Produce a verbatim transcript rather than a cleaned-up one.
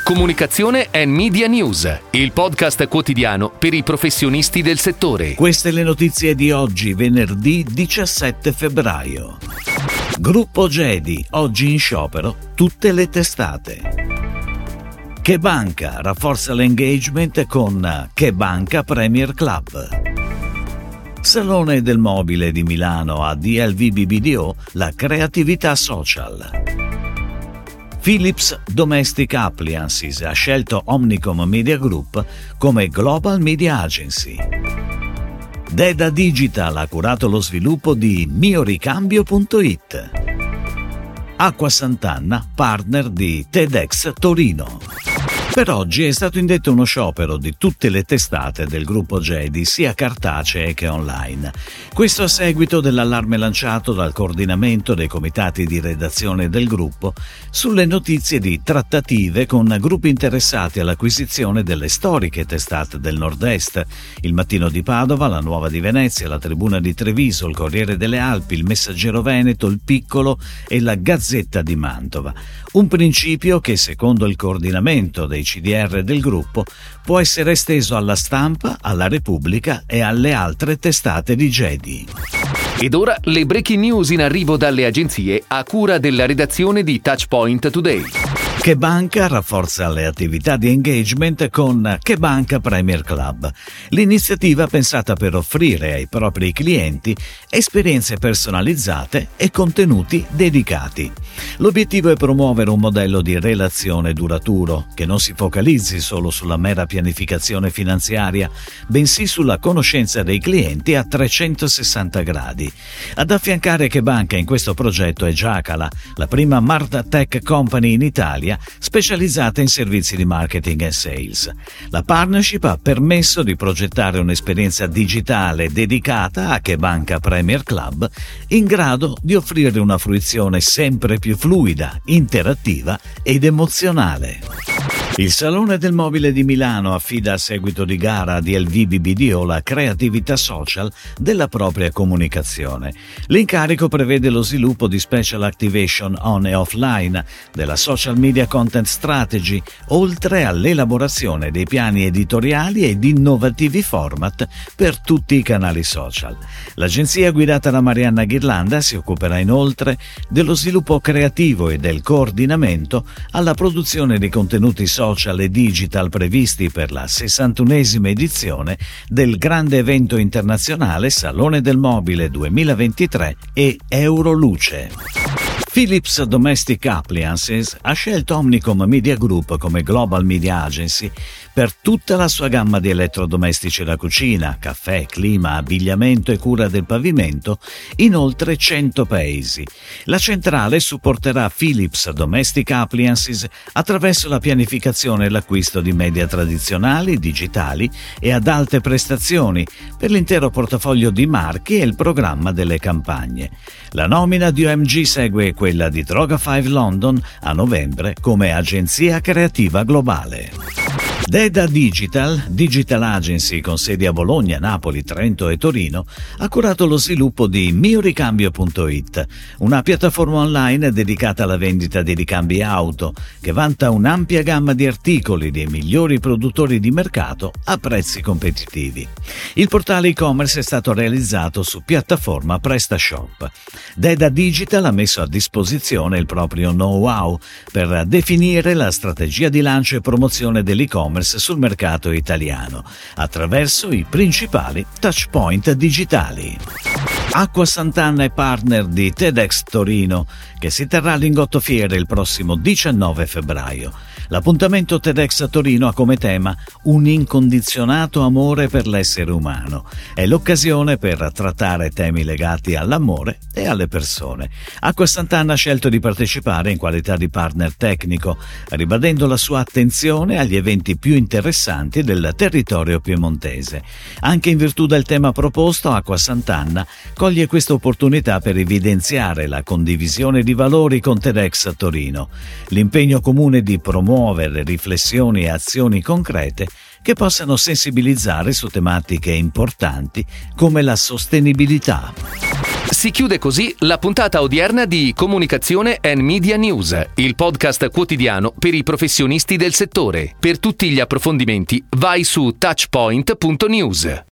Comunicazione and Media News, il podcast quotidiano per i professionisti del settore. Queste le notizie di oggi, venerdì diciassette febbraio. Gruppo Gedi, oggi in sciopero tutte le testate. CheBanca rafforza l'engagement con CheBanca Premier Club. Salone del mobile di Milano a D L V B B D O, la creatività social. Philips Domestic Appliances ha scelto Omnicom Media Group come Global Media Agency. Deda Digital ha curato lo sviluppo di mio ricambio punto it. Acqua Sant'Anna, partner di TEDx Torino. Per oggi è stato indetto uno sciopero di tutte le testate del gruppo Gedi, sia cartacee che online. Questo a seguito dell'allarme lanciato dal coordinamento dei comitati di redazione del gruppo sulle notizie di trattative con gruppi interessati all'acquisizione delle storiche testate del Nord-Est, il Mattino di Padova, la Nuova di Venezia, la Tribuna di Treviso, il Corriere delle Alpi, il Messaggero Veneto, il Piccolo e la Gazzetta di Mantova. Un principio che, secondo il coordinamento dei C D R del gruppo, può essere esteso alla Stampa, alla Repubblica e alle altre testate di Gedi. Ed ora le breaking news in arrivo dalle agenzie a cura della redazione di Touchpoint Today. CheBanca rafforza le attività di engagement con CheBanca Premier Club, l'iniziativa pensata per offrire ai propri clienti esperienze personalizzate e contenuti dedicati. L'obiettivo è promuovere un modello di relazione duraturo che non si focalizzi solo sulla mera pianificazione finanziaria, bensì sulla conoscenza dei clienti a trecentosessanta gradi. Ad affiancare CheBanca in questo progetto è Giacala, la prima MarTech company in Italia specializzata in servizi di marketing e sales. La partnership ha permesso di progettare un'esperienza digitale dedicata a CheBanca Premier Club, in grado di offrire una fruizione sempre più fluida, interattiva ed emozionale. Il Salone del Mobile di Milano affida a seguito di gara a D L V B B D O la creatività social della propria comunicazione. L'incarico prevede lo sviluppo di special activation on e offline, della social media content strategy, oltre all'elaborazione dei piani editoriali ed innovativi format per tutti i canali social. L'agenzia guidata da Marianna Ghirlanda si occuperà inoltre dello sviluppo creativo e del coordinamento alla produzione di contenuti social social e digital previsti per la sessantunesima edizione del grande evento internazionale Salone del Mobile duemilaventitré e Euroluce. Philips Domestic Appliances ha scelto Omnicom Media Group come Global Media Agency per tutta la sua gamma di elettrodomestici da cucina, caffè, clima, abbigliamento e cura del pavimento in oltre cento paesi. La centrale supporterà Philips Domestic Appliances attraverso la pianificazione e l'acquisto di media tradizionali, digitali e ad alte prestazioni per l'intero portafoglio di marchi e il programma delle campagne. La nomina di O M G segue quella di Droga cinque London a novembre come agenzia creativa globale. Deda Digital, digital agency con sedi a Bologna, Napoli, Trento e Torino, ha curato lo sviluppo di mio ricambio punto it, una piattaforma online dedicata alla vendita di ricambi auto, che vanta un'ampia gamma di articoli dei migliori produttori di mercato a prezzi competitivi. Il portale e-commerce è stato realizzato su piattaforma PrestaShop. Deda Digital ha messo a disposizione il proprio know-how per definire la strategia di lancio e promozione dell'e-commerce sul mercato italiano attraverso i principali touchpoint digitali. Acqua Sant'Anna è partner di TEDx Torino, che si terrà a Lingotto Fiere il prossimo diciannove febbraio. L'appuntamento TEDx Torino ha come tema un incondizionato amore per l'essere umano. È l'occasione per trattare temi legati all'amore e alle persone. Acqua Sant'Anna ha scelto di partecipare in qualità di partner tecnico, ribadendo la sua attenzione agli eventi più interessanti del territorio piemontese. Anche in virtù del tema proposto, Acqua Sant'Anna coglie questa opportunità per evidenziare la condivisione di valori con TEDx Torino, l'impegno comune di promuovere riflessioni e azioni concrete che possano sensibilizzare su tematiche importanti come la sostenibilità. Si chiude così la puntata odierna di Comunicazione and Media News, il podcast quotidiano per i professionisti del settore. Per tutti gli approfondimenti vai su touchpoint punto news.